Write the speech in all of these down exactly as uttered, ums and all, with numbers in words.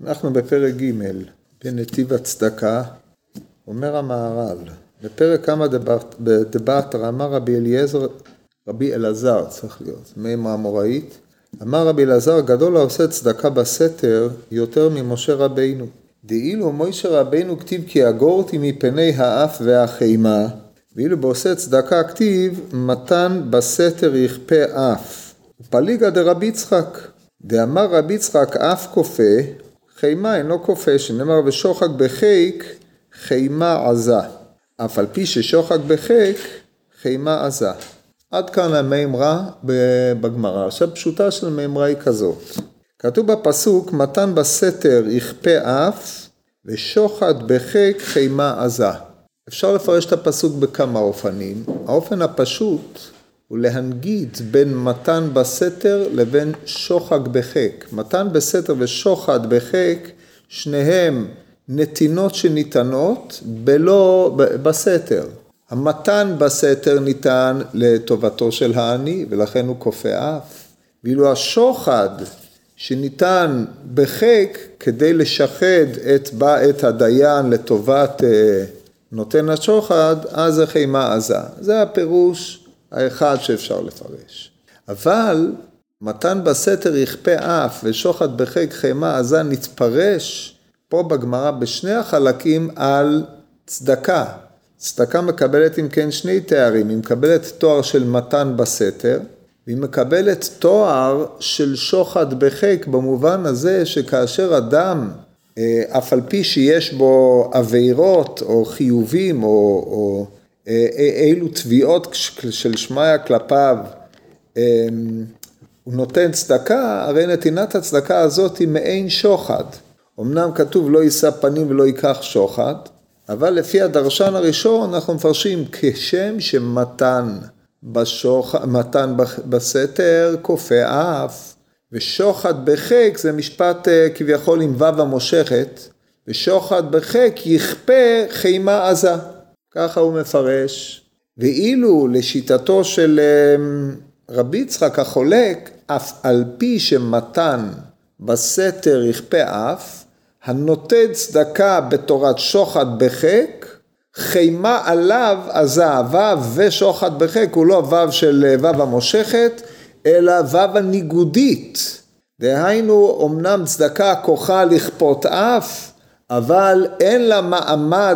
אנחנו בפרק ג' בנתיב הצדקה, אומר המהר"ל, בפרק כמה דברת אמר רבי אליעזר, רבי אלעזר צריך להיות, מימרה אמוראית, אמר רבי אלעזר, גדול העושה צדקה בסתר יותר ממשה רבינו. דאילו מוישה רבינו כתיב כי אגורתי מפני האף והחימה, ואילו בעושה צדקה כתיב מתן בסתר יכפה אף. ופליגה דרבי יצחק, דאמר רבי יצחק אף כופה, חימה אינו כופה, שנאמר ושוחק בחיק חימה עזה. אף על פי ששוחק בחיק חימה עזה. עד כאן המימרה בגמרא. עכשיו פשוטה של המימרה היא כזאת. כתוב בפסוק מתן בסתר יכפה אף ושוחט בחיק חימה עזה. אפשר לפרש את הפסוק בכמה אופנים. האופן הפשוט הוא להנגיד בין מתן בסתר לבין שוחק בחיק. מתן בסתר ושוחט בחיק שניהם נתינות שניתנות בלא בסתר. המתן בסתר ניתן לטובתו של העני ולכן הוא כופה אף. ואילו השוחד שניתן בחיק כדי לשחד את, את הדיין לטובת אה, נותן השוחד, אז זה חימה עזה. זה הפירוש האחד שאפשר לפרש. אבל מתן בסתר יכפה אף ושוחד בחיק חימה עזה נתפרש פה בגמרא בשני החלקים על צדקה. צדקה מקבלת אם כן שני תארים, היא מקבלת תואר של מתן בסתר, והיא מקבלת תואר של שוחד בחיק, במובן הזה שכאשר אדם, אף על פי שיש בו עבירות או חיובים או, או אילו תביעות של שמיה כלפיו, הוא נותן צדקה, הרי נתינת הצדקה הזאת היא מעין שוחד. אמנם כתוב לא יישא פנים ולא ייקח שוחד, אבל לפי הדרשן הראשון אנחנו מפרשים כשם שמתן בשוח, מתן בסתר כופה אף, ושוחד בחיק זה משפט כביכול עם וו המושכת, ושוחד בחיק יכפה חימה עזה. ככה הוא מפרש. ואילו לשיטתו של רבי יצחק החולק, אף על פי שמתן בסתר יכפה אף, הנותן צדקה בתורת שוחד בחיק, חימה עליו עזה. וו ושוחד בחיק הוא לא וו של וו המושכת, אלא וו הניגודית. דהיינו, אמנם צדקה כוחה לכפות אף, אבל אין לה מעמד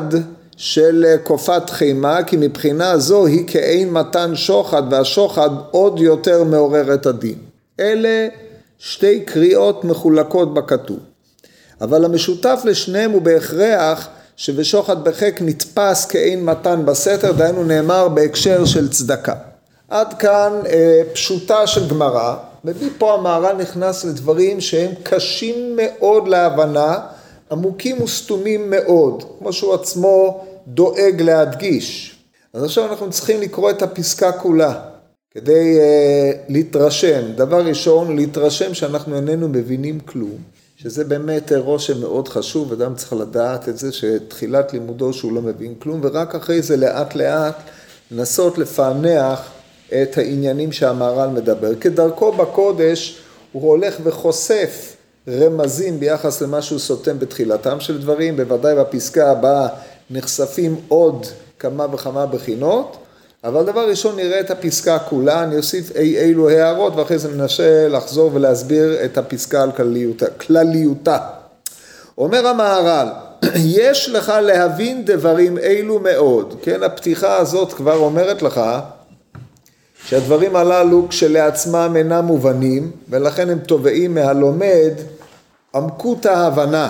של כופת חימה, כי מבחינה זו היא כאין מתן שוחד, והשוחד עוד יותר מעורר את הדין. אלה שתי קריאות מחולקות בכתוב. אבל המשותף לשניהם הוא בהכרח שבשוחד בחיק נתפס כאין מתן בסתר, דהיינו נאמר בהקשר של צדקה. עד כאן אה, פשוטה של גמרא, מביא פה המהר"ל נכנס לדברים שהם קשים מאוד להבנה, עמוקים וסתומים מאוד, כמו שהוא עצמו דואג להדגיש. אז עכשיו אנחנו צריכים לקרוא את הפסקה כולה, כדי אה, להתרשם. דבר ראשון, להתרשם שאנחנו איננו מבינים כלום, שזה באמת רושם מאוד חשוב, אדם צריך לדעת את זה שתחילת לימודו שהוא לא מבין כלום, ורק אחרי זה לאט לאט לנסות לפענח את העניינים שהמהר"ל מדבר. כדרכו בקודש הוא הולך וחושף רמזים ביחס למה שהוא סותם בתחילתם של דברים, בוודאי בפסקה הבאה נחשפים עוד כמה וכמה בחינות, אבל דבר ראשון נראה את הפסקה כולה, אני אוסיף אי אילו הערות ואחרי זה ננסה לחזור ולהסביר את הפסקה על כלליותה. כלליותה. אומר המהר"ל, יש לך להבין דברים אילו מאוד, כן, הפתיחה הזאת כבר אומרת לך שהדברים הללו כשלעצמם אינם מובנים, ולכן הם תובעים מהלומד עמקות ההבנה.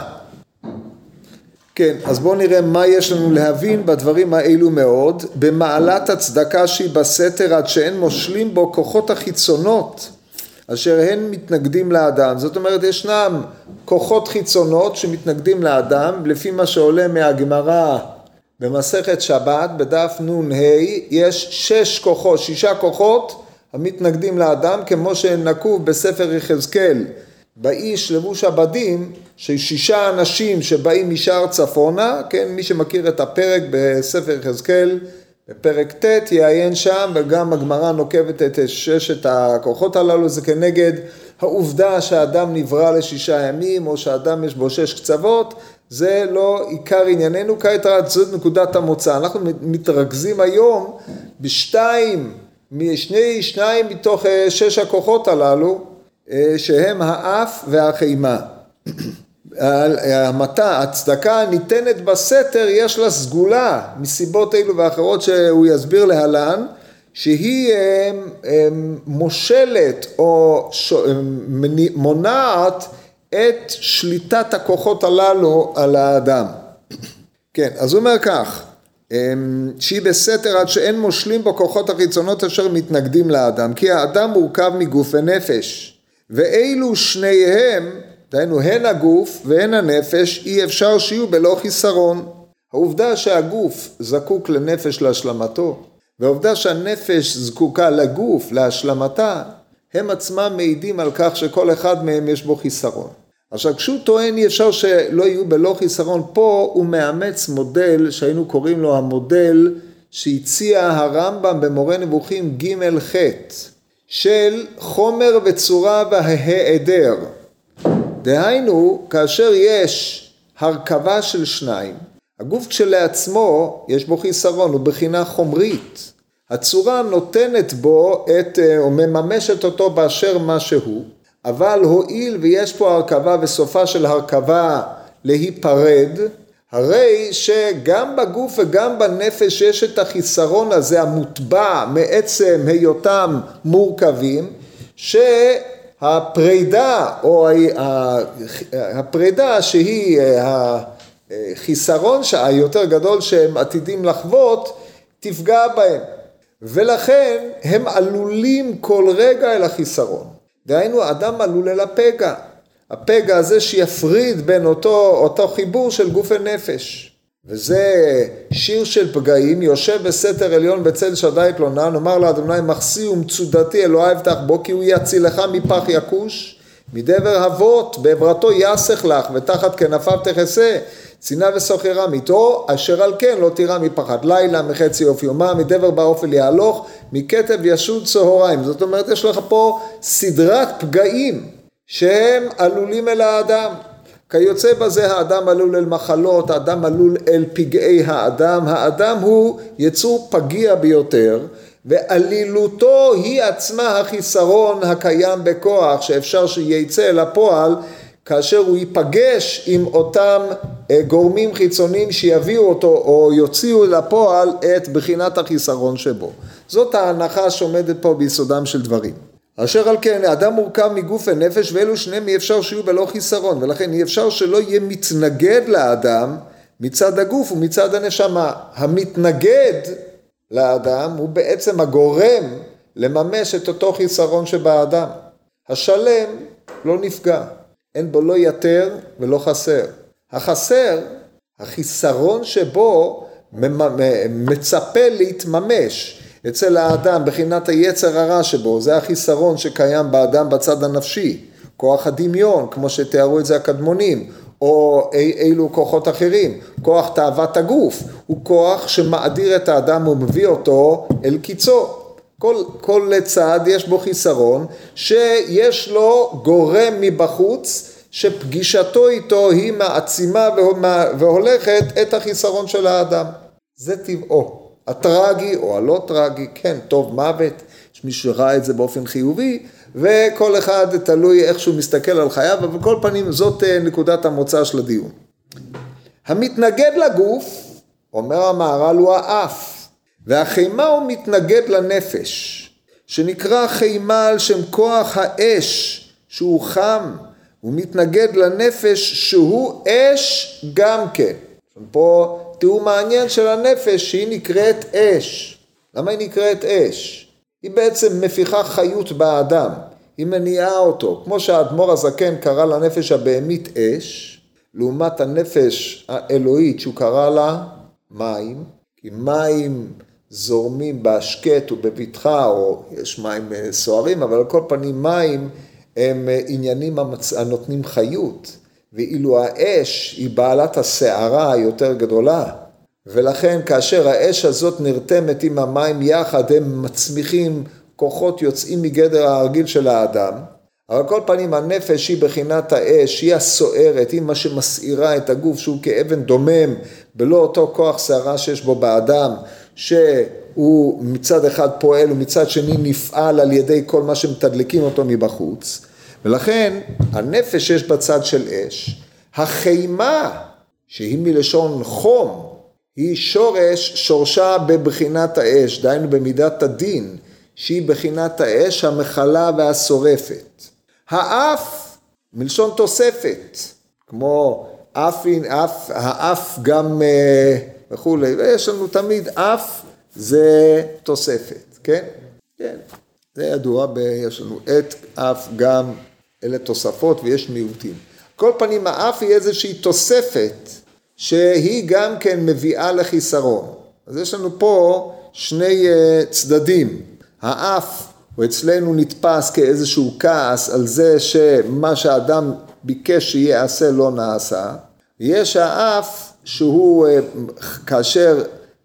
כן, אז בואו נראה מה יש לנו להבין בדברים האלו מאוד, במעלת הצדקה שהיא בסתר עד שאין מושלים בו כוחות החיצונות, אשר הן מתנגדים לאדם. זאת אומרת, ישנם כוחות חיצונות שמתנגדים לאדם, לפי מה שעולה מהגמרא במסכת שבת, בדף נון ה', יש שש כוחות, שישה כוחות המתנגדים לאדם, כמו שנקוב בספר יחזקאל, באיש לבוש הבדים, ששישה אנשים שבאים משער צפונה, כן, מי שמכיר את הפרק בספר יחזקאל, בפרק ט' יעיין שם, וגם הגמרא נוקבת את ששת הכוחות הללו, זה כנגד העובדה שהאדם נברא לשישה ימים, או שהאדם יש בו שש קצוות, זה לא עיקר ענייננו, כעת זאת נקודת המוצא. אנחנו מתרכזים היום בשתיים, משני, שניים מתוך שש הכוחות הללו, שהם האף והחימה. המתה, הצדקה הניתנת בסתר, יש לה סגולה מסיבות אלו ואחרות שהוא יסביר להלן, שהיא מושלת או מונעת את שליטת הכוחות הללו על האדם. כן, אז הוא אומר כך, שהיא בסתר עד שאין מושלים בו כוחות החיצונות אשר מתנגדים לאדם, כי האדם מורכב מגוף ונפש, ואילו שניהם, דהיינו הן הגוף והן הנפש, אי אפשר שיהיו בלא חיסרון. העובדה שהגוף זקוק לנפש להשלמתו, והעובדה שהנפש זקוקה לגוף להשלמתה, הם עצמם מעידים על כך שכל אחד מהם יש בו חיסרון. עכשיו, כשהוא טוען אי אפשר שלא יהיו בלא חיסרון, פה הוא מאמץ מודל שהיינו קוראים לו המודל שהציע הרמב"ם במורה נבוכים ג' ח' של חומר וצורה וההיעדר. דהיינו, כאשר יש הרכבה של שניים, הגוף כשלעצמו יש בו חיסרון, הוא בחינה חומרית. הצורה נותנת בו את, או מממשת אותו באשר מה שהוא, אבל הועיל ויש פה הרכבה וסופה של הרכבה להיפרד, הרי שגם בגוף וגם בנפש יש את החיסרון הזה המוטבע מעצם היותם מורכבים, שהפרידה או הפרידה שהיא החיסרון היותר גדול שהם עתידים לחוות תפגע בהם, ולכן הם עלולים כל רגע אל החיסרון. דהיינו, האדם עלול אל הפגע. הפגע הזה שיפריד בין אותו, אותו חיבור של גוף ונפש. וזה שיר של פגעים, יושב בסתר עליון בצל שדי תלונה, נאמר לאדוני מחסי ומצודתי אלוהי אבטח בו, כי הוא יצילך מפח יקוש, מדבר אבות, בעברתו יסך לך, ותחת כנפיו תכסה, צינה וסוחרה מיתו, אשר על כן לא תירא מפחד לילה, מחצי אוף יומה, מדבר באופל יהלוך, מכתב ישוד צהריים. זאת אומרת, יש לך פה סדרת פגעים שהם עלולים אל האדם. כיוצא בזה האדם עלול אל מחלות, האדם עלול אל פגעי האדם, האדם הוא יצור פגיע ביותר, ועלילותו היא עצמה החיסרון הקיים בכוח, שאפשר שייצא אל הפועל, כאשר הוא ייפגש עם אותם גורמים חיצוניים שיביאו אותו או יוציאו לפועל את בחינת החיסרון שבו. זאת ההנחה שעומדת פה ביסודם של דברים. אשר על כן, האדם מורכב מגוף ונפש, ואלו שניהם אי אפשר שיהיו בלא חיסרון, ולכן אי אפשר שלא יהיה מתנגד לאדם מצד הגוף ומצד הנשמה. המתנגד לאדם הוא בעצם הגורם לממש את אותו חיסרון שבאדם. השלם לא נפגע. אין בו לא יותר ולא חסר. החסר, החיסרון שבו מצפה להתממש אצל האדם בחינת היצר הרע שבו, זה החיסרון שקיים באדם בצד הנפשי, כוח הדמיון, כמו שתיארו את זה הקדמונים, או אילו כוחות אחרים. כוח תאוות הגוף הוא כוח שמאדיר את האדם ומביא אותו אל קיצו. כל, כל צד יש בו חיסרון שיש לו גורם מבחוץ שפגישתו איתו היא מעצימה והולכת את החיסרון של האדם. זה טבעו, הטרגי או הלא טרגי, כן, טוב מוות, יש מי שראה את זה באופן חיובי, וכל אחד תלוי איך שהוא מסתכל על חייו, אבל כל פנים זאת נקודת המוצא של הדיון. המתנגד לגוף, אומר המהר"ל, הוא האף. והחימה הוא מתנגד לנפש, שנקרא חימה על שם כוח האש, שהוא חם, הוא מתנגד לנפש שהוא אש גם כן. פה תיאור מעניין של הנפש שהיא נקראת אש. למה היא נקראת אש? היא בעצם מפיחה חיות באדם, היא מניעה אותו. כמו שהאדמו"ר הזקן קרא לנפש הבהמית אש, לעומת הנפש האלוהית שהוא קרא לה מים, כי מים זורמים בהשקט ובבטחה, או יש מים סוערים, אבל על כל פנים מים הם עניינים הנותנים חיות, ואילו האש היא בעלת הסערה היותר גדולה, ולכן כאשר האש הזאת נרתמת עם המים יחד, הם מצמיחים כוחות יוצאים מגדר הרגיל של האדם, אבל כל פנים הנפש היא בחינת האש, היא הסוערת, היא מה שמסעירה את הגוף, שהוא כאבן דומם, בלא אותו כוח שערה שיש בו באדם, שהוא מצד אחד פועל ומצד שני נפעל על ידי כל מה שמתדלקים אותו מבחוץ, ולכן הנפש יש בצד של אש. החימה, שהיא מלשון חום, היא שורש, שורשה בבחינת האש, דהיינו במידת הדין, שהיא בחינת האש המחלה והשורפת. האף, מלשון תוספת, כמו אפין, אף, האף גם וכו', ויש לנו תמיד אף זה תוספת, כן? כן, זה ידוע, יש לנו את, אף, גם, אלה תוספות ויש מיעוטים. כל פנים האף היא איזושהי תוספת, שהיא גם כן מביאה לחיסרון. אז יש לנו פה שני צדדים. האף הוא אצלנו נתפס כאיזשהו כעס על זה שמה שהאדם ביקש שיעשה לא נעשה. יש האף שהוא כאשר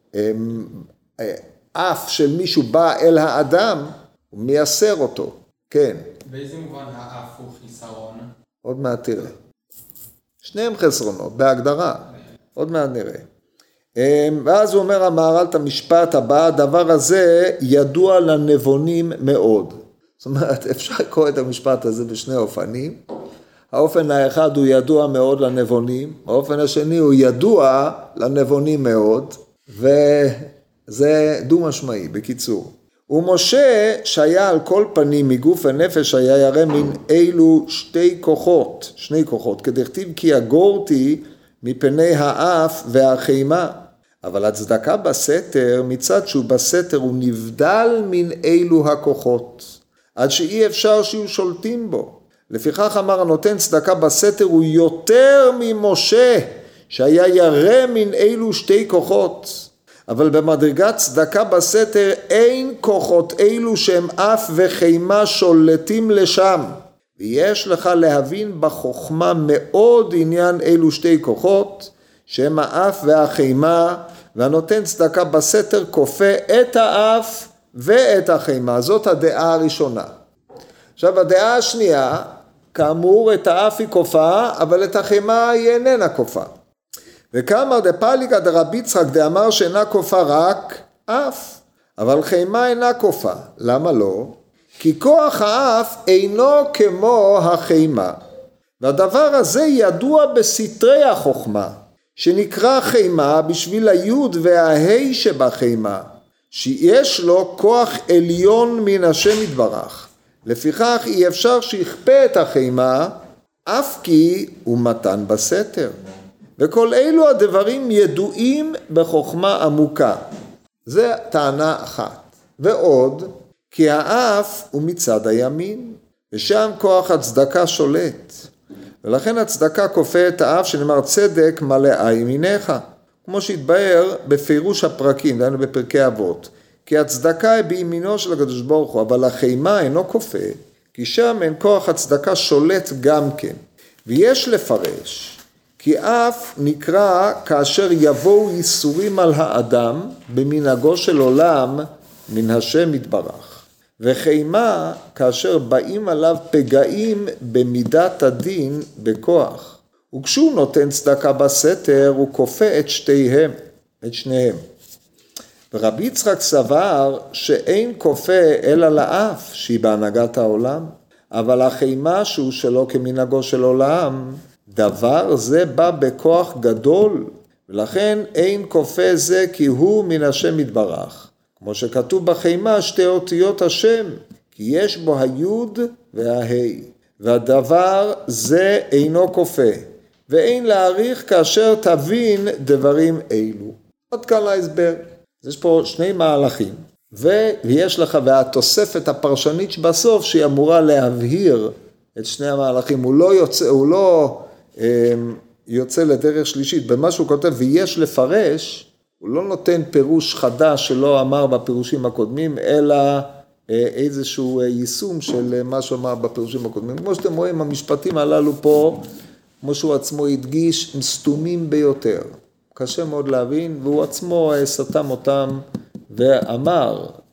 אף של מישהו בא אל האדם, הוא מייסר אותו. כן. באיזה מובן האף הוא חיסרון? עוד מעט תראה. שניהם חסרונות, בהגדרה. עוד מעט נראה. ואז הוא אומר המהר"ל את המשפט הבא, הדבר הזה ידוע לנבונים מאוד. זאת אומרת, אפשר לקרוא את המשפט הזה בשני אופנים. האופן האחד הוא ידוע מאוד לנבונים, האופן השני הוא ידוע לנבונים מאוד, וזה דו משמעי, בקיצור. ומשה שהיה על כל פנים מגוף הנפש היה ירא מן אילו שתי כוחות, שני כוחות, כדכתיב כי הגורתי מפני האף והחימה, אבל הצדקה בסתר, מצד שהוא בסתר הוא נבדל מן אילו הכוחות, עד שאי אפשר שיהיו שולטים בו. לפיכך אמר הנותן צדקה בסתר הוא יותר ממשה, שהיה ירא מן אילו שתי כוחות. אבל במדרגת צדקה בסתר אין כוחות אילו שהם אף וחימה שולטים לשם. ויש לך להבין בחוכמה מאוד עניין אילו שתי כוחות, שהם האף והחימה, והנותן צדקה בסתר כופה את האף ואת החימה. זאת הדעה הראשונה. עכשיו הדעה השנייה, כאמור את האף היא כופה, אבל את החימה היא איננה כופה. וכאמר דפליגא דרבי יצחק דאמר שאינה כופה רק אף, אבל חימה אינה כופה. למה לא? כי כוח האף אינו כמו החימה. והדבר הזה ידוע בסתרי החוכמה, שנקרא חימה בשביל היוד וההי שבחימה, שיש לו כוח עליון מן השם יתברך. לפיכך אי אפשר שיכפה את החימה, אף כי הוא מתן בסתר. וכל אלו הדברים ידועים בחוכמה עמוקה. זה טענה אחת. ועוד, כי האף הוא מצד הימין, ושם כוח הצדקה שולט. ולכן הצדקה כופה את האף שנאמר צדק מלאה ימינך. כמו שהתבאר בפירוש הפרקים, דהיינו בפרקי אבות. כי הצדקה היא בימינו של הקדוש ברוך הוא, אבל החימה אינו כופה, כי שם אין כוח הצדקה שולט גם כן. ויש לפרש, כי אף נקרא כאשר יבואו ייסורים על האדם במנהגו של עולם מן השם יתברך. וחימה כאשר באים עליו פגעים במידת הדין בכוח. וכשהוא נותן צדקה בסתר הוא כופה את שתיהם, את שניהם. ורבי יצחק סבר שאין כופה אלא לאף שהיא בהנהגת העולם, אבל החימה שהוא שלו כמנהגו של עולם, דבר זה בא בכוח גדול, ולכן אין כופה זה כי הוא מן השם יתברך. כמו שכתוב בחימה שתי אותיות השם, כי יש בו היוד וההי, והדבר זה אינו כופה, ואין להעריך כאשר תבין דברים אלו. עוד כאן להסבר. יש פה שני מהלכים, ויש לך, והתוספת הפרשנית שבסוף שהיא אמורה להבהיר את שני המהלכים, הוא לא יוצא, הוא לא אה, יוצא לדרך שלישית, במה שהוא כותב ויש לפרש, הוא לא נותן פירוש חדש שלא אמר בפירושים הקודמים, אלא אה, איזשהו יישום של מה שהוא אמר בפירושים הקודמים. כמו שאתם רואים, המשפטים הללו פה, כמו שהוא עצמו הדגיש, הם סתומים ביותר. קשה מאוד להבין, והוא עצמו סתם אותם ואמר,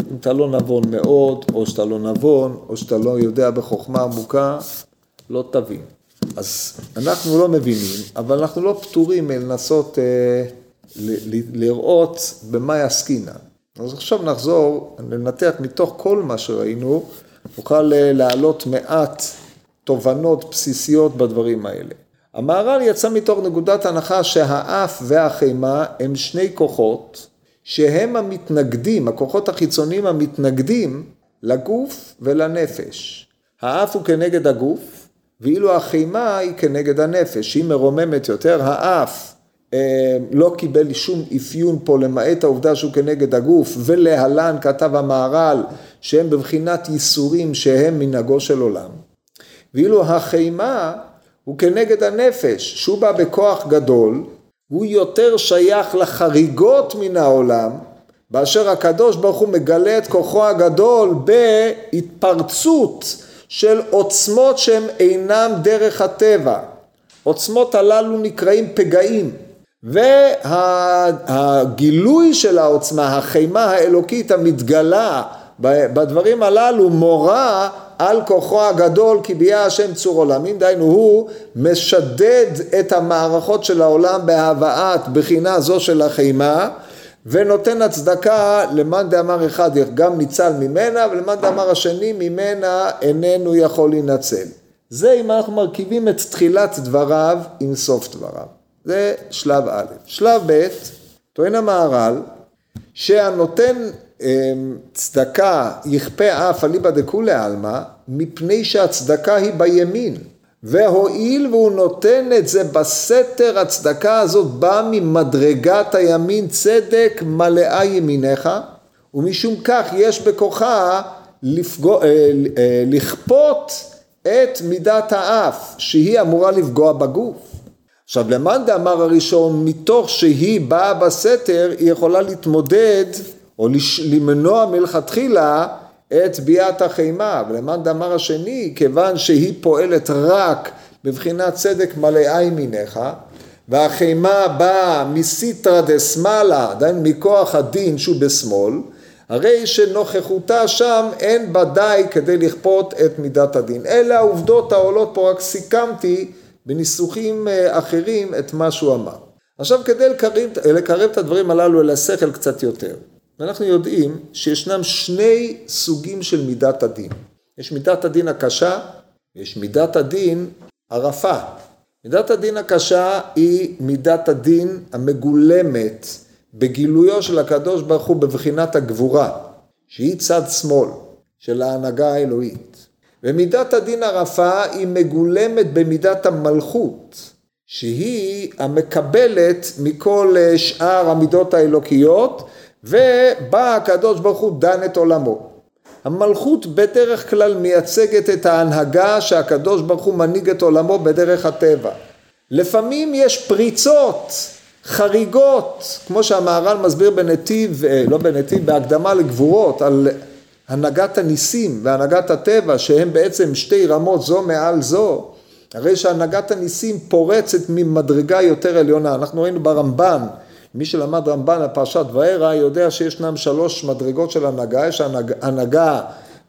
אם אתה לא נבון מאוד, או שאתה לא נבון, או שאתה לא יודע בחוכמה עמוקה, לא תבין. אז אנחנו לא מבינים, אבל אנחנו לא פטורים לנסות אה, ל- ל- לראות במה יסקינה. אז עכשיו נחזור, ננתח מתוך כל מה שראינו, נוכל להעלות מעט תובנות בסיסיות בדברים האלה. המהר"ל יצא מתוך נקודת הנחה שהאף והחימה הם שני כוחות, שהם המתנגדים, הכוחות החיצוניים המתנגדים לגוף ולנפש. האף הוא כנגד הגוף, ואילו החימה היא כנגד הנפש, שהיא מרוממת יותר. האף אה, לא קיבל שום אפיון פה למעט העובדה שהוא כנגד הגוף, ולהלן כתב המהר"ל שהם בבחינת ייסורים שהם מנהגו של עולם. ואילו החימה הוא כנגד הנפש, שהוא בא בכוח גדול, הוא יותר שייך לחריגות מן העולם, באשר הקדוש ברוך הוא מגלה את כוחו הגדול בהתפרצות של עוצמות שהם אינם דרך הטבע. עוצמות הללו נקראים פגעים, והגילוי של העוצמה, החימה האלוקית המתגלה בדברים הללו, מורה על כוחו הגדול, כי ביה השם צור עולמים, דיינו הוא משדד את המערכות של העולם בהבאת בחינה זו של החימה, ונותן הצדקה למאן דאמר אחד גם ניצל ממנה, ולמאן דאמר השני ממנה איננו יכול להינצל. זה אם אנחנו מרכיבים את תחילת דבריו עם סוף דבריו. זה שלב א'. שלב ב', טוען המהר"ל, שהנותן צדקה יכפה אף אליבא דכולי עלמא, מפני שהצדקה היא בימין, והואיל והוא נותן את זה בסתר, הצדקה הזאת באה ממדרגת הימין, צדק מלאה ימיניך, ומשום כך יש בכוחה לפגוע, לכפות את מידת האף, שהיא אמורה לפגוע בגוף. עכשיו, למאן דאמר הראשון, מתוך שהיא באה בסתר, היא יכולה להתמודד או למנוע מלכתחילה את ביאת החימה. ולמאן דאמר השני, כיוון שהיא פועלת רק בבחינת צדק מלאה ימיניך, והחימה באה מסיטרא דשמאלה, עדיין מכוח הדין שהוא בשמאל, הרי שנוכחותה שם אין בה די כדי לכפות את מידת הדין. אלה העובדות העולות פה, רק סיכמתי בניסוחים אחרים את מה שהוא אמר. עכשיו, כדי לקרב, לקרב את הדברים הללו אל השכל קצת יותר, אנחנו יודעים שישנם שני סוגים של מידת הדין. יש מידת הדין הקשה, ויש מידת הדין הרפה. מידת הדין הקשה היא מידת הדין המגולמת בגילויו של הקדוש ברוך הוא בבחינת הגבורה, שהיא צד שמאל של ההנהגה האלוהית. ומידת הדין הרפה היא מגולמת במידת המלכות, שהיא המקבלת מכל שאר המידות האלוקיות, ובה הקדוש ברוך הוא דן את עולמו. המלכות בדרך כלל מייצגת את ההנהגה שהקדוש ברוך הוא מנהיג את עולמו בדרך הטבע. לפעמים יש פריצות, חריגות, כמו שהמהר"ל מסביר בנתיב, לא בנתיב, בהקדמה לגבורות, על הנהגת הניסים והנהגת הטבע, שהם בעצם שתי רמות זו מעל זו. הרי שהנהגת הניסים פורצת ממדרגה יותר עליונה. אנחנו ראינו ברמב"ן, מי שלמד רמב"ן הפרשת וארא יודע שישנם שלוש מדרגות של הנהגה. יש הנהגה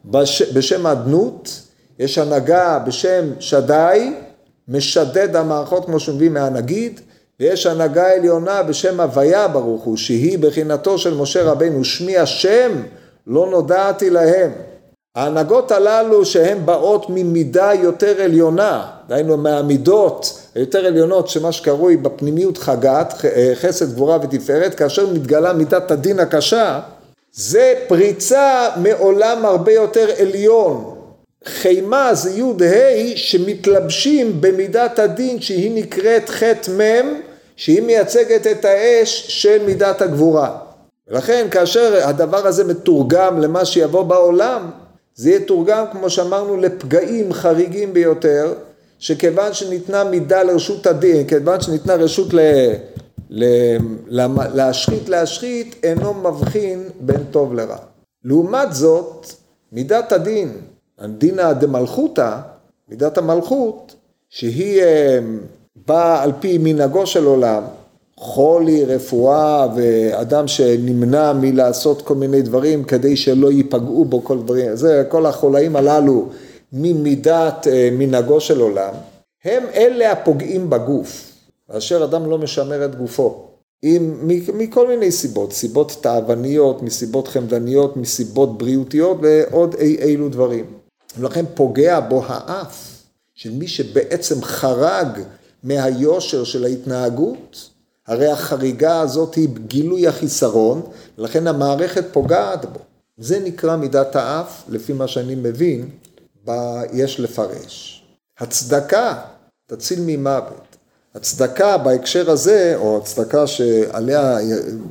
בשם אדנות, יש הנהגה בשם שדי, משדד המערכות כמו שמביא מהנגיד, ויש הנהגה עליונה בשם הוויה ברוך הוא, שהיא בחינתו של משה רבנו, שמי השם לא נודעתי להם. ההנהגות הללו שהן באות ממידה יותר עליונה, דהיינו מהמידות היותר עליונות שמה שקרוי בפנימיות חגת, חסד גבורה ותפארת, כאשר מתגלה מידת הדין הקשה, זה פריצה מעולם הרבה יותר עליון. חימה זה יוד ה' שמתלבשים במידת הדין שהיא נקראת חטא מם, שהיא מייצגת את האש של מידת הגבורה. ולכן כאשר הדבר הזה מתורגם למה שיבוא בעולם, זה יהיה תורגם כמו שאמרנו לפגעים חריגים ביותר, שכיוון שניתנה מידה לרשות הדין, כיוון שניתנה רשות ל, ל, ל, להשחית להשחית, אינו מבחין בין טוב לרע. לעומת זאת, מידת הדין, הדינא דמלכותא, מידת המלכות, שהיא באה על פי מנהגו של עולם, חולי, רפואה, ואדם שנמנע מלעשות כל מיני דברים כדי שלא ייפגעו בו כל דברים, זה כל החולאים הללו ממידת מנהגו של עולם, הם אלה הפוגעים בגוף, אשר אדם לא משמר את גופו, עם, מכל מיני סיבות, סיבות תאווניות, מסיבות חמדניות, מסיבות בריאותיות ועוד אי אילו דברים. ולכן פוגע בו האף, של מי שבעצם חרג מהיושר של ההתנהגות, הרי החריגה הזאת היא גילוי החיסרון, ולכן המערכת פוגעת בו. זה נקרא מידת האף, לפי מה שאני מבין, ב... יש לפרש. הצדקה תציל ממוות. הצדקה בהקשר הזה, או הצדקה שעליה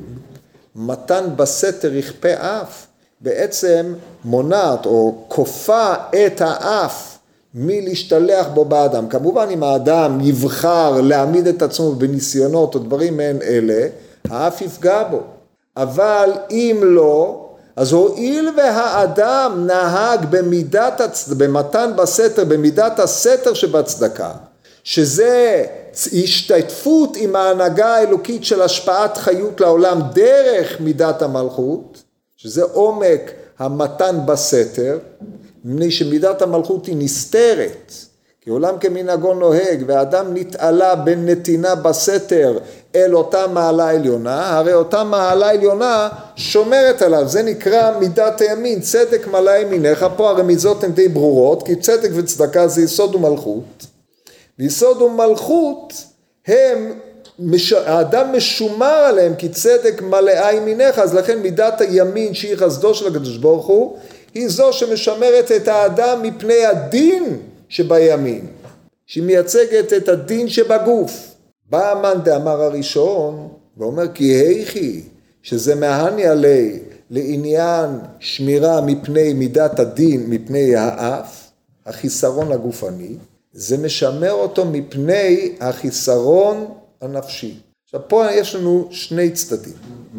מתן בסתר יכפה אף, בעצם מונעת או כופה את האף מלהשתלח בו באדם. כמובן אם האדם יבחר להעמיד את עצמו בניסיונות או דברים מעין אלה, האף יפגע בו. אבל אם לא, אז הואיל והאדם נהג במידת, הצ... במתן בסתר, במידת הסתר שבצדקה, שזה השתתפות עם ההנהגה האלוקית של השפעת חיות לעולם דרך מידת המלכות, שזה עומק המתן בסתר, מפני שמידת המלכות היא נסתרת, כי עולם כמנהגו נוהג, והאדם נתעלה בין נתינה בסתר אל אותה מעלה עליונה, הרי אותה מעלה עליונה שומרת עליו, זה נקרא מידת הימין, צדק מלא ימינך, פה הרמיזות הן די ברורות, כי צדק וצדקה זה יסוד ומלכות, ויסוד ומלכות הם, האדם משומר עליהם כי צדק מלאה ימינך, אז לכן מידת הימין שהיא חסדו של הקדוש ברוך הוא, היא זו שמשמרת את האדם מפני הדין שבימין, שהיא מייצגת את הדין שבגוף. בא מאן דאמר הראשון ואומר כי היכי, שזה מהני עלי לעניין שמירה מפני מידת הדין, מפני האף, החיסרון הגופני, זה משמר אותו מפני החיסרון הנפשי. עכשיו פה יש לנו שני צדדים.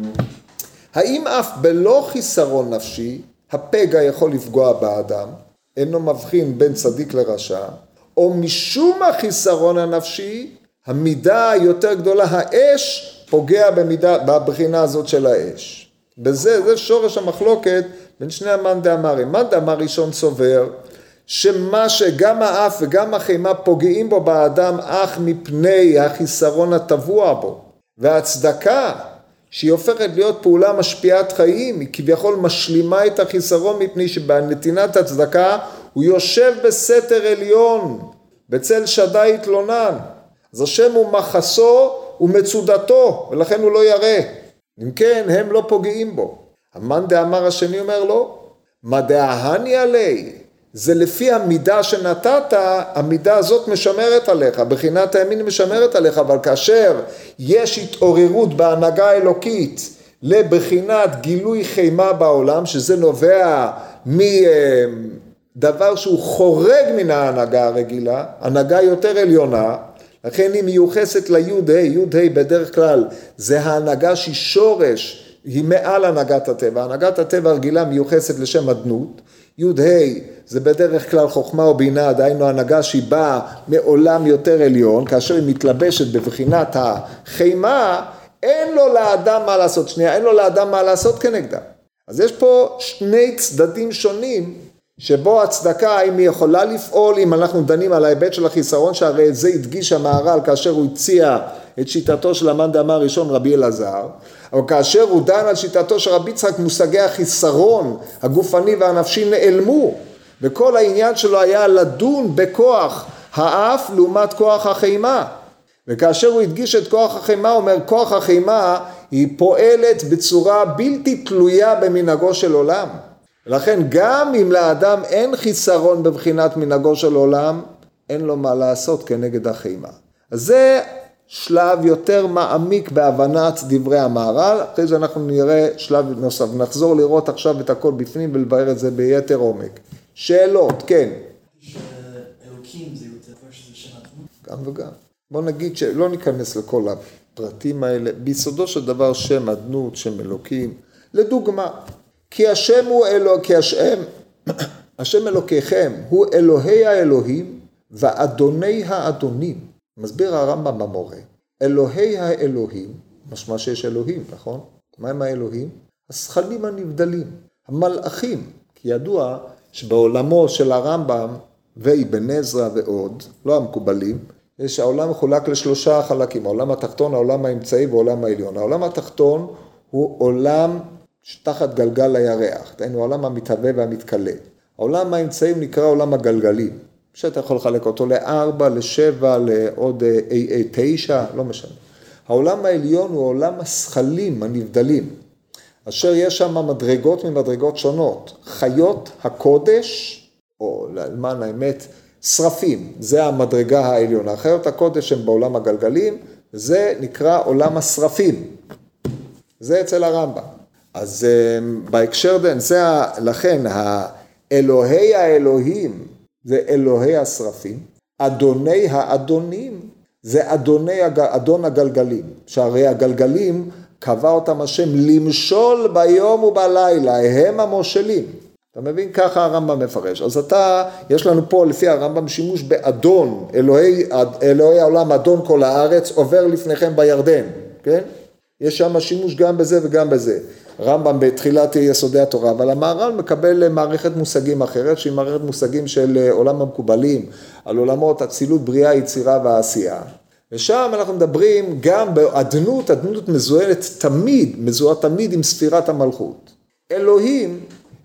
האם אף בלא חיסרון נפשי, הפגע יכול לפגוע באדם, אינו מבחין בין צדיק לרשע, או משום החיסרון הנפשי, המידה היותר גדולה, האש, פוגע במידה, בבחינה הזאת של האש. בזה, זה שורש המחלוקת בין שני המאן דאמרים. מאן דאמר ראשון סובר, שמה שגם האף וגם החימה פוגעים בו באדם, אך מפני החיסרון הטבוע בו. והצדקה, שהיא הופכת להיות פעולה משפיעת חיים, היא כביכול משלימה את החיסרון, מפני שבנתינת הצדקה הוא יושב בסתר עליון, בצל שדי התלונן. אז השם הוא מחסו ומצודתו, ולכן הוא לא ירא. אם כן, הם לא פוגעים בו. המאן דאמר השני אומר לו, מה דאהני עלי? זה לפי המידה שנתת, המידה הזאת משמרת עליך, בחינת הימין משמרת עליך, אבל כאשר יש התעוררות בהנהגה האלוקית לבחינת גילוי חימה בעולם, שזה נובע מדבר שהוא חורג מן ההנהגה הרגילה, הנהגה יותר עליונה, לכן היא מיוחסת ליוד ה', יוד ה' בדרך כלל זה ההנהגה שהיא שורש, היא מעל הנהגת הטבע, הנהגת הטבע הרגילה מיוחסת לשם אדנות, יוד ה' זה בדרך כלל חוכמה או בינה, דהיינו הנהגה שהיא באה מעולם יותר עליון, כאשר היא מתלבשת בבחינת החימה, אין לו לאדם מה לעשות, שנייה, אין לו לאדם מה לעשות כנגדה. אז יש פה שני צדדים שונים, שבו הצדקה, האם היא יכולה לפעול, אם אנחנו דנים על ההיבט של החיסרון, שהרי את זה הדגיש המהר"ל, כאשר הוא הציע את שיטתו של המאן דאמר ראשון רבי אלעזר, אבל כאשר הוא דן על שיטתו של רבי יצחק, מושגי החיסרון, הגופני והנפשי נעלמו, וכל העניין שלו היה לדון בכוח האף לעומת כוח החימה. וכאשר הוא הדגיש את כוח החימה, הוא אומר, כוח החימה היא פועלת בצורה בלתי תלויה במנהגו של עולם. לכן גם אם לאדם אין חיסרון בבחינת מנהגו של עולם, אין לו מה לעשות כנגד החימה. אז זה שלב יותר מעמיק בהבנת דברי המהר"ל, אחרי זה אנחנו נראה שלב נוסף, נחזור לראות עכשיו את הכל בפנים ולבאר את זה ביתר עומק. שאלות, כן. שאלוקים זה יותר כבר שזה שם אדנות? גם וגם. בוא נגיד שלא ניכנס לכל הפרטים האלה, ביסודו של דבר שם אדנות, שם אלוקים, לדוגמה, כי השם הוא אלוה, כי השם, השם אלוקיכם הוא אלוהי האלוהים ואדוני האדונים. מסביר הרמב"ם במורה, אלוהי האלוהים, משמע שיש אלוהים, נכון? מה הם האלוהים? השכלים הנבדלים, המלאכים, כי ידוע שבעולמו של הרמב"ם ואבן עזרא ועוד, לא המקובלים, יש העולם מחולק לשלושה חלקים, העולם התחתון, העולם האמצעי והעולם העליון. העולם התחתון הוא עולם תחת גלגל הירח, דהיינו העולם המתהווה והמתכלה. העולם האמצעי נקרא עולם הגלגלים, שאתה יכול לחלק אותו לארבע, לשבע, לעוד תשע, לא משנה. העולם העליון הוא עולם השכלים הנבדלים, אשר יש שם מדרגות ממדרגות שונות. חיות הקודש, או למען האמת, שרפים, זה המדרגה העליונה. חיות הקודש הם בעולם הגלגלים, זה נקרא עולם השרפים. זה אצל הרמב"ם. אז בהקשר דן, זה לכן, האלוהי האלוהים, זה אלוהי השרפים, אדוני האדונים, זה אדוני, אדון הגלגלים, שהרי הגלגלים קבע אותם השם למשול ביום ובלילה, הם המושלים. אתה מבין? ככה הרמב"ם מפרש. אז אתה, יש לנו פה לפי הרמב"ם שימוש באדון, אלוהי, אלוהי העולם, אדון כל הארץ, עובר לפניכם בירדן, כן? יש שם שימוש גם בזה וגם בזה. רמב"ם בתחילת יסודי התורה, אבל המהר"ל מקבל מערכת מושגים אחרת, שהיא מערכת מושגים של עולם המקובלים, על עולמות אצילות, בריאה, יצירה והעשייה. ושם אנחנו מדברים גם באדנות, אדנות מזוהרת תמיד, מזוהה תמיד עם ספירת המלכות. אלוהים,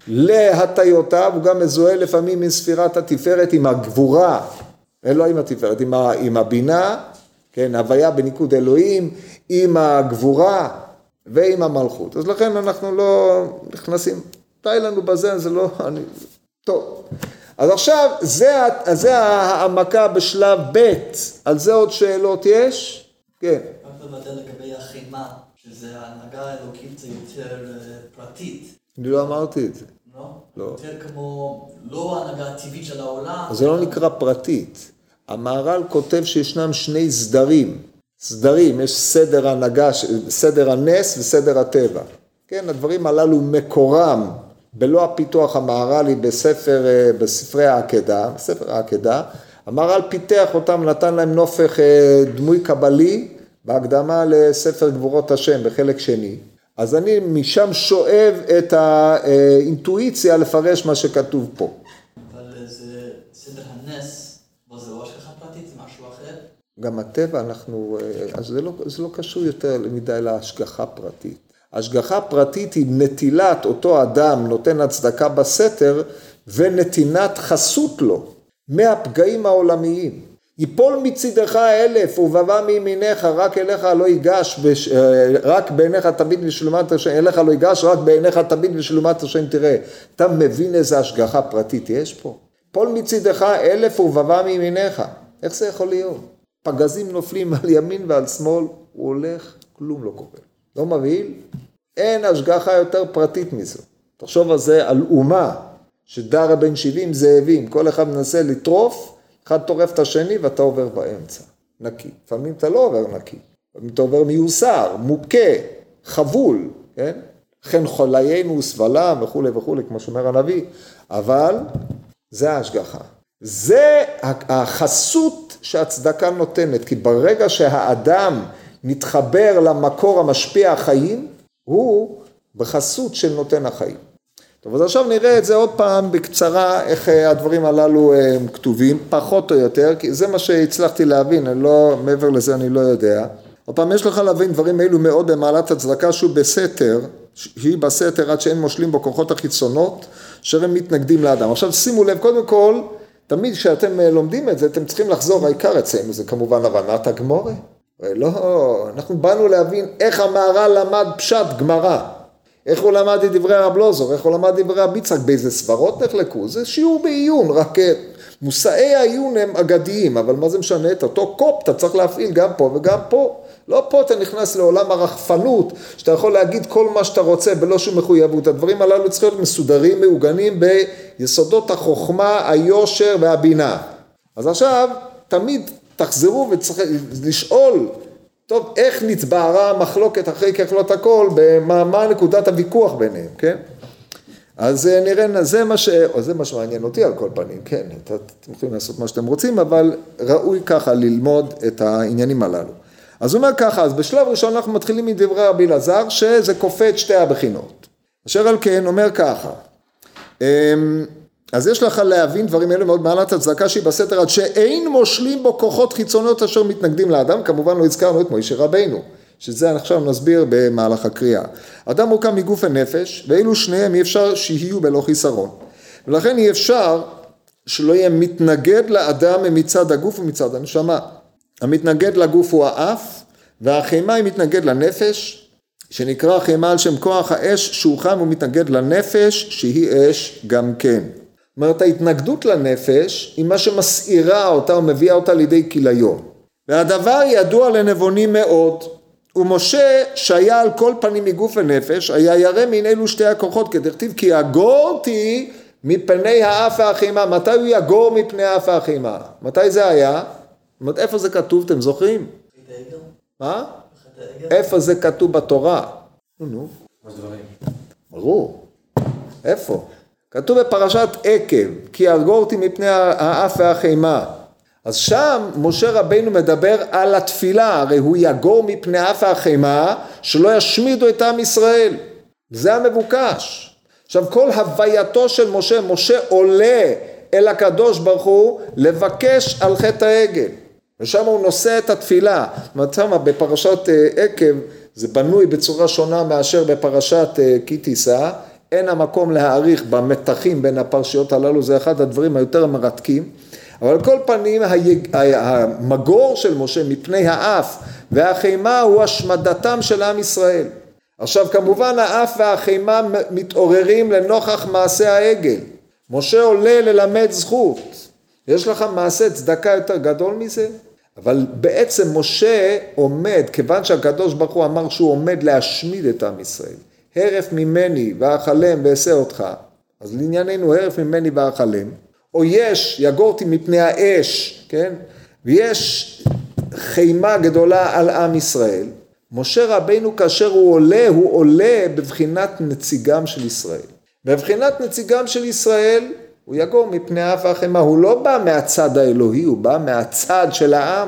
להטיותיו, הוא גם מזוהה לפעמים עם ספירת התפארת, עם הגבורה, לא עם התפארת, עם, ה, עם הבינה, כן, הוויה בניקוד אלוהים, עם הגבורה ועם המלכות. אז לכן אנחנו לא נכנסים, די לנו בזה, זה לא, אני, טוב. אז עכשיו, זה, זה העמקה בשלב ב', על זה עוד שאלות יש? כן. רק לבטל לגבי החימה, שזה ההנהגה האלוקית זה יותר פרטית. אני לא אמרתי את זה. לא? לא. יותר כמו, לא ההנהגה הטבעית של העולם. זה לא נקרא פרטית. המהר"ל כותב שישנם שני סדרים. סדרים, יש סדר הנהגה, סדר הנס וסדר הטבע. כן, הדברים הללו מקורם, בלא הפיתוח המהר"לי בספר, בספרי העקדה, בספר העקדה, המהר"ל פיתח אותם, נתן להם נופך דמוי קבלי, בהקדמה לספר גבורות השם, בחלק שני. אז אני משם שואב את האינטואיציה לפרש מה שכתוב פה. אבל זה סדר הנס, אבל זה לא השגחה פרטית, זה משהו אחר? גם הטבע אנחנו, אז זה לא, זה לא קשור יותר מדי להשגחה פרטית. השגחה פרטית היא נטילת אותו אדם נותן הצדקה בסתר ונתינת חסות לו מהפגעים העולמיים. יפול מצידך אלף ובבא מימינך רק אליך לא ייגש, בש... רק בעיניך תמיד ושלומת השם, אליך לא ייגש, רק בעיניך תמיד ושלומת השם תראה. אתה מבין איזה השגחה פרטית יש פה? יפול מצידך אלף ובבא מימינך. איך זה יכול להיות? פגזים נופלים על ימין ועל שמאל, הוא הולך, כלום לא קורה. לא מבהיל? אין השגחה יותר פרטית מזו. תחשוב על זה, על אומה שדרה בין שבעים זאבים, כל אחד מנסה לטרוף, אחד טורף את השני ואתה עובר באמצע, נקי. לפעמים אתה לא עובר נקי, לפעמים אתה עובר מיוסר, מוכה, חבול, כן? לכן חוליינו סבלם וכו' וכו', כמו שאומר הנביא, אבל זה ההשגחה. זה החסות שהצדקה נותנת, כי ברגע שהאדם מתחבר למקור המשפיע החיים, הוא בחסות של נותן החיים. טוב, אז עכשיו נראה את זה עוד פעם בקצרה, איך הדברים הללו הם כתובים, פחות או יותר, כי זה מה שהצלחתי להבין, אני לא, מעבר לזה אני לא יודע. עוד פעם, יש לך להבין דברים אלו מאוד במעלת הצדקה, שהוא בסתר, שהיא בסתר עד שאין מושלים בו כוחות החיצונות, שהם מתנגדים לאדם. עכשיו שימו לב, קודם כל, תמיד כשאתם לומדים את זה, אתם צריכים לחזור, העיקר אצלנו, זה כמובן הבנת הגמרא. לא, אנחנו באנו להבין איך המהר"ל למד פשט גמרא. איך הוא למד את דברי הרב לוזור, איך הוא למד דברי רבי יצחק, באיזה סברות נחלקו, זה שיעור בעיון, רק מושאי העיון הם אגדיים, אבל מה זה משנה? את אותו קופ אתה צריך להפעיל גם פה וגם פה. לא פה אתה נכנס לעולם הרחפנות, שאתה יכול להגיד כל מה שאתה רוצה בלא שום מחויבות. הדברים הללו צריכים להיות מסודרים, מעוגנים ביסודות החוכמה, היושר והבינה. אז עכשיו, תמיד תחזרו וצריך לשאול, טוב, איך נצבערה המחלוקת אחרי ככלות הכל, במה, מה נקודת הוויכוח ביניהם, כן? אז נראה, זה מה ש... או זה מה שמעניין אותי על כל פנים, כן, אתם יכולים לעשות מה שאתם רוצים, אבל ראוי ככה ללמוד את העניינים הללו. אז הוא אומר ככה, אז בשלב ראשון אנחנו מתחילים מדברי רבי אלעזר, שזה כופה את שתי הבחינות. אשר על כן אומר ככה, אז יש לך להבין דברים אלו מאוד מעלת הצדקה שהיא בסתר, עד שאין מושלים בו כוחות חיצוניות אשר מתנגדים לאדם, כמובן לא הזכרנו את מוישה רבינו, שזה עכשיו נסביר במהלך הקריאה. אדם מורכב מגוף ונפש, ואילו שניהם אי אפשר שיהיו בלא חיסרון. ולכן אי אפשר שלא יהיה מתנגד לאדם מצד הגוף ומצד הנשמה. המתנגד לגוף הוא האף, והחימה היא מתנגד לנפש, שנקרא חימה על שם כוח האש, שהוא חם ומתנגד לנפש, שהיא אש גם כן. זאת אומרת, ההתנגדות לנפש היא מה שמסעירה אותה ומביאה אותה לידי כיליון. והדבר ידוע לנבונים מאוד, ומשה שהיה על כל פנים מגוף ונפש, היה ירא מן אלו שתי הכוחות, כדכתיב כי יגורתי מפני האף והחימה. מתי הוא יגור מפני האף והחימה? מתי זה היה? זאת אומרת, איפה זה כתוב, אתם זוכרים? מה? איפה זה כתוב בתורה? נו, נו. מה דברים? ברור. איפה? כתוב בפרשת עקב, כי יגורתי מפני האף והחימה. אז שם משה רבינו מדבר על התפילה, הרי הוא יגור מפני האף והחימה, שלא ישמידו את עם ישראל. זה המבוקש. עכשיו כל הווייתו של משה, משה עולה אל הקדוש ברוך הוא לבקש על חטא העגל. ושם הוא נושא את התפילה. מצאמה בפרשת עקב זה בנוי בצורה שונה מאשר בפרשת כי תישא. אין המקום להעריך במתחים בין הפרשיות הללו, זה אחד הדברים היותר מרתקים. אבל על כל פנים המגור של משה מפני האף והחימה הוא השמדתם של עם ישראל. עכשיו כמובן האף והחימה מתעוררים לנוכח מעשה העגל. משה עולה ללמד זכות. יש לך מעשה צדקה יותר גדול מזה? אבל בעצם משה עומד, כיוון שהקדוש ברוך הוא אמר שהוא עומד להשמיד את עם ישראל. הרף ממני ואכלם ואעשה אותך. אז לענייננו הרף ממני ואכלם. או יש, יגורתי מפני האש, כן? ויש חימה גדולה על עם ישראל. משה רבינו כאשר הוא עולה, הוא עולה בבחינת נציגם של ישראל. בבחינת נציגם של ישראל, הוא יגור מפני האף והחימה. הוא לא בא מהצד האלוהי, הוא בא מהצד של העם.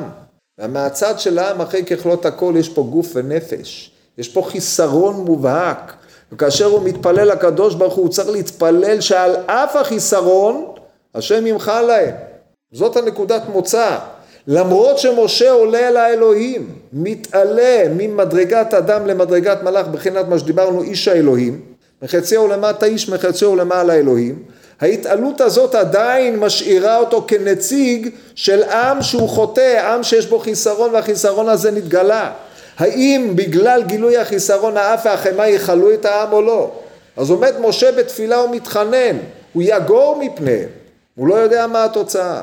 ומהצד של העם, אחרי ככלות הכל, יש פה גוף ונפש. יש פה חיסרון מובהק. וכאשר הוא מתפלל לקדוש ברוך הוא, הוא צריך להתפלל שעל אף החיסרון, השם ימחה להם. זאת הנקודת מוצא. למרות שמשה עולה אל האלוהים, מתעלה ממדרגת אדם למדרגת מלאך, בחינת מה שדיברנו איש האלוהים, מחציהו למטה איש, מחציהו למעלה האלוהים, ההתעלות הזאת עדיין משאירה אותו כנציג של עם שהוא חוטא, עם שיש בו חיסרון והחיסרון הזה נתגלה. האם בגלל גילוי החיסרון האף והחימה יחלו את העם או לא? אז עומד משה בתפילה ומתחנן, הוא יגור מפניהם, הוא לא יודע מה התוצאה.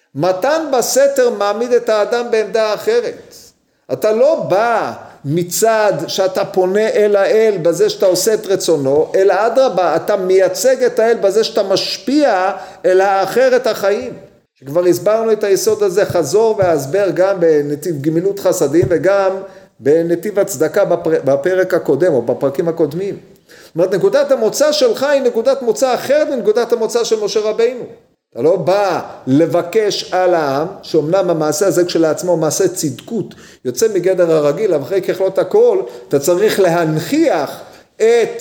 מתן בסתר מעמיד את האדם בעמדה אחרת. אתה לא בא מצד שאתה פונה אל האל בזה שאתה עושה את רצונו, אלא אדרבה, אתה מייצג את האל בזה שאתה משפיע אל האחר את החיים. שכבר הסברנו את היסוד הזה, חזור והסבר גם בנתיב גמילות חסדים וגם בנתיב הצדקה בפרק הקודם או בפרקים הקודמים. זאת אומרת, נקודת המוצא שלך היא נקודת מוצא אחרת מנקודת המוצא של משה רבינו. אתה לא בא לבקש על העם, שאומנם המעשה הזה כשלעצמו מעשה צדקות, יוצא מגדר הרגיל, אבל אחרי ככלות הכל, אתה צריך להנכיח את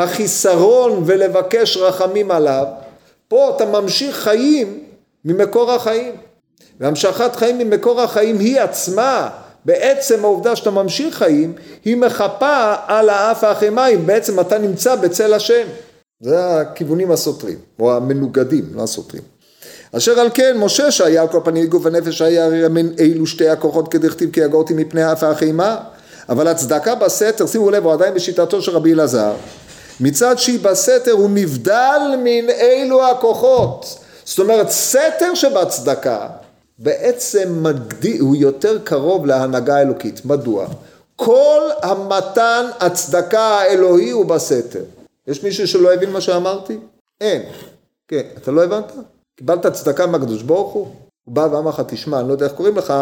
החיסרון ולבקש רחמים עליו. פה אתה ממשיך חיים ממקור החיים. והמשכת חיים ממקור החיים היא עצמה, בעצם העובדה שאתה ממשיך חיים, היא מחפה על האף והחימיים, בעצם אתה נמצא בצל השם. זה הכיוונים הסותרים, או המנוגדים, לא הסותרים. אשר על כן, משה שהיה על כל פנים גוף ונפש, היה מן אילו שתי הכוחות כדכתיב כי יגורתי מפני האף והחימה, אבל הצדקה בסתר, שימו לב, הוא עדיין בשיטתו של רבי אלעזר, מצד שהיא בסתר הוא נבדל מן אילו הכוחות. זאת אומרת, סתר שבצדקה, בעצם מגדיל, הוא יותר קרוב להנהגה האלוקית. מדוע? כל המתן הצדקה האלוהי הוא בסתר. יש מישהו שלא הבין מה שאמרתי? אין. כן, אתה לא הבנת? קיבלת צדקה מהקדוש ברוך הוא? הוא בא ואמר לך, תשמע, אני לא יודע איך קוראים לך,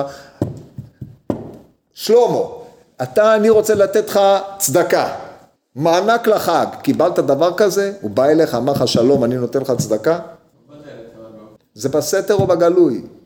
שלמה, אתה, אני רוצה לתת לך צדקה, מענק לחג, קיבלת דבר כזה? הוא בא אליך, אמר לך, שלום, אני נותן לך צדקה? זה בסתר או בגלוי?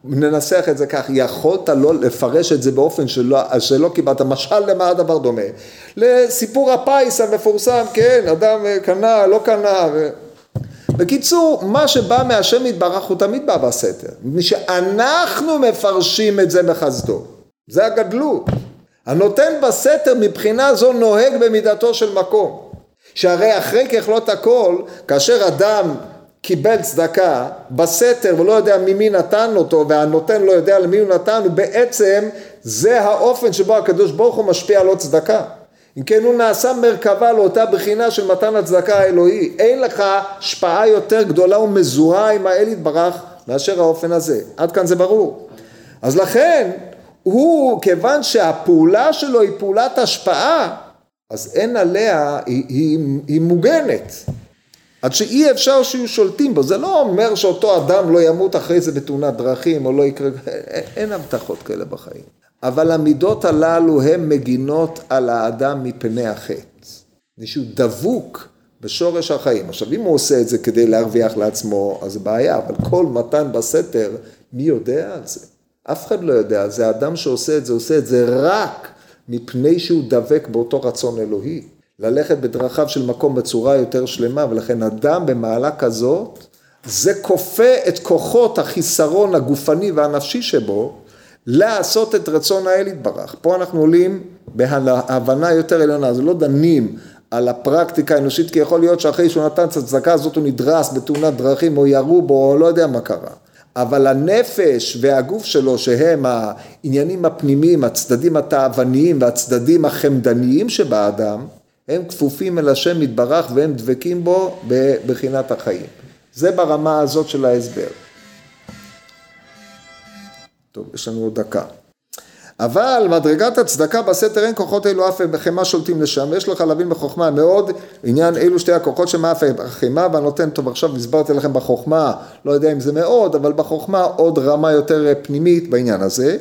ננסח את זה כך, יכולת לא לפרש את זה באופן שלא, שלא קיבלת, משל למה הדבר דומה? לסיפור הפיס המפורסם, כן, אדם קנה, לא קנה. ו... בקיצור, מה שבא מהשם יתברך הוא תמיד בא בסתר, שאנחנו מפרשים את זה בחסדו, זה הגדלות. הנותן בסתר מבחינה זו נוהג במידתו של מקום, שהרי אחרי ככלות הכל, כאשר אדם קיבל צדקה בסתר ולא יודע ממי נתן אותו, והנותן לא יודע למי הוא נתן, ובעצם זה האופן שבו הקדוש ברוך הוא משפיע על עוד צדקה. אם כן הוא נעשה מרכבה לאותה בחינה של מתן הצדקה האלוהי. אין לך השפעה יותר גדולה ומזוהה עם האל יתברך מאשר האופן הזה. עד כאן זה ברור. אז לכן הוא, כיוון שהפעולה שלו היא פעולת השפעה, אז אין עליה, היא, היא, היא מוגנת. עד שאי אפשר שיהיו שולטים בו. זה לא אומר שאותו אדם לא ימות אחרי זה בתאונת דרכים או לא יקרה, אין הבטחות כאלה בחיים. אבל המידות הללו הן מגינות על האדם מפני החטא. מישהו דבוק בשורש החיים. עכשיו אם הוא עושה את זה כדי להרוויח לעצמו, אז זה בעיה, אבל כל מתן בסתר, מי יודע על זה? אף אחד לא יודע, זה האדם שעושה את זה, עושה את זה רק מפני שהוא דבק באותו רצון אלוהי. ללכת בדרכיו של מקום בצורה יותר שלמה, ולכן אדם במעלה כזאת, זה כופה את כוחות החיסרון הגופני והנפשי שבו, לעשות את רצון האל יתברך. פה אנחנו עולים בהבנה יותר עליונה, זה לא דנים על הפרקטיקה האנושית, כי יכול להיות שאחרי שהוא נתן את הצדקה הזאת הוא נדרס בתאונת דרכים, או ירו בו, או לא יודע מה קרה. אבל הנפש והגוף שלו, שהם העניינים הפנימיים, הצדדים התאווניים והצדדים החמדניים שבאדם, הם כפופים אל השם יתברך והם דבקים בו בבחינת החיים. זה ברמה הזאת של ההסבר. טוב, יש לנו עוד דקה. אבל מדרגת הצדקה בסתר אין כוחות אלו אף בחמה שולטים לשם. יש לך להבין בחוכמה מאוד עניין אלו שתי הכוחות שמאף בחמה, והנותן טוב עכשיו הסברתי לכם בחוכמה, לא יודע אם זה מאוד, אבל בחוכמה עוד רמה יותר פנימית בעניין הזה.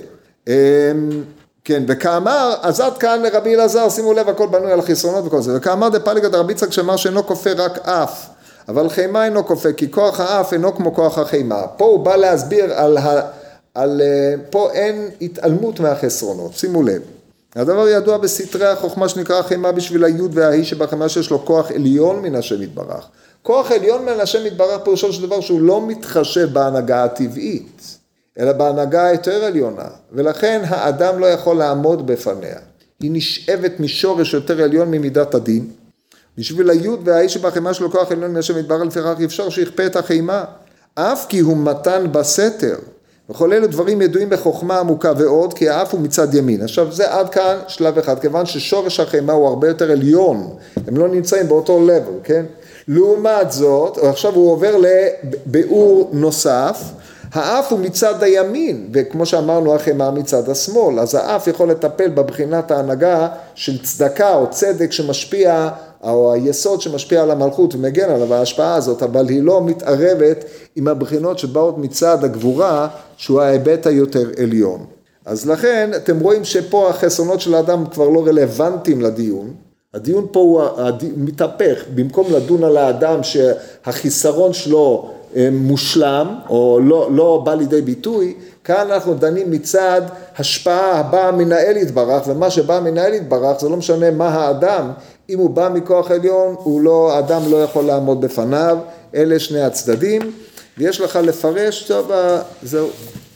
כן, וכאמר, אז עד כאן לרבי אלעזר, שימו לב, הכל בנוי על החסרונות וכל זה. וכאמר דפליגא דרבי יצחק שאמר שאינו כופה רק אף, אבל חימה אינו כופה, כי כוח האף אינו כמו כוח החימה. פה הוא בא להסביר על, ה, על פה אין התעלמות מהחסרונות, שימו לב. הדבר ידוע בסתרי החוכמה שנקרא חימה בשביל היוד וההיא שבחימה שיש לו כוח עליון מן השם יתברך. כוח עליון מן השם יתברך פירושו של דבר שהוא לא מתחשב בהנהגה הטבעית. אלא בהנהגה היותר עליונה, ולכן האדם לא יכול לעמוד בפניה. היא נשאבת משורש יותר עליון ממידת הדין, בשביל היוד והאיש שבחימה שלו כוח עליון מהשם יתברך, לפיכך אפשר שיכפה את החימה, אף כי הוא מתן בסתר, וכל אלו דברים ידועים בחוכמה עמוקה ועוד, כי האף הוא מצד ימין. עכשיו זה עד כאן שלב אחד, כיוון ששורש החימה הוא הרבה יותר עליון, הם לא נמצאים באותו לבל, כן? לעומת זאת, עכשיו הוא עובר לביאור נוסף, האף הוא מצד הימין, וכמו שאמרנו החימה מצד השמאל, אז האף יכול לטפל בבחינת ההנהגה של צדקה או צדק שמשפיע, או היסוד שמשפיע על המלכות ומגן עליו ההשפעה הזאת, אבל היא לא מתערבת עם הבחינות שבאות מצד הגבורה, שהוא ההיבט היותר עליון. אז לכן אתם רואים שפה החסרונות של האדם כבר לא רלוונטיים לדיון, הדיון פה הוא מתהפך, במקום לדון על האדם שהחיסרון שלו מושלם, או לא, לא בא לידי ביטוי, כאן אנחנו דנים מצד השפעה הבאה מן האל יתברך, ומה שבא מן האל יתברך זה לא משנה מה האדם, אם הוא בא מכוח עליון, הוא לא, האדם לא יכול לעמוד בפניו, אלה שני הצדדים, ויש לך לפרש, טוב, זהו.